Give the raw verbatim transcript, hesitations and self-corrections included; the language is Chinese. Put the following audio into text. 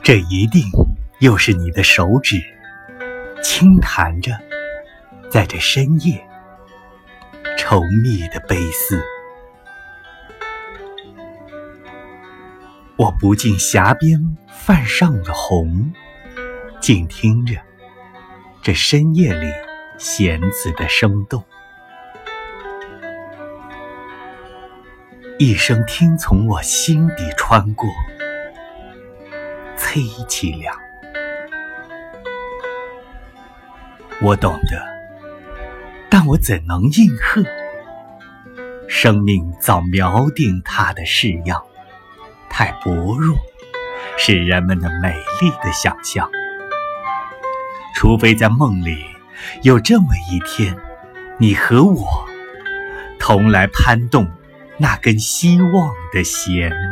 这一定又是你的手指轻弹着在这深夜稠密的悲思。我不禁峡边泛上了红，静听着这深夜里弦子的生动，一声听从我心底穿过，凄凄凉。我懂得，但我怎能应和？生命早瞄定它的式样，太薄弱，是人们的美丽的想象。除非在梦里有这么一天，你和我同来攀动那根希望的弦。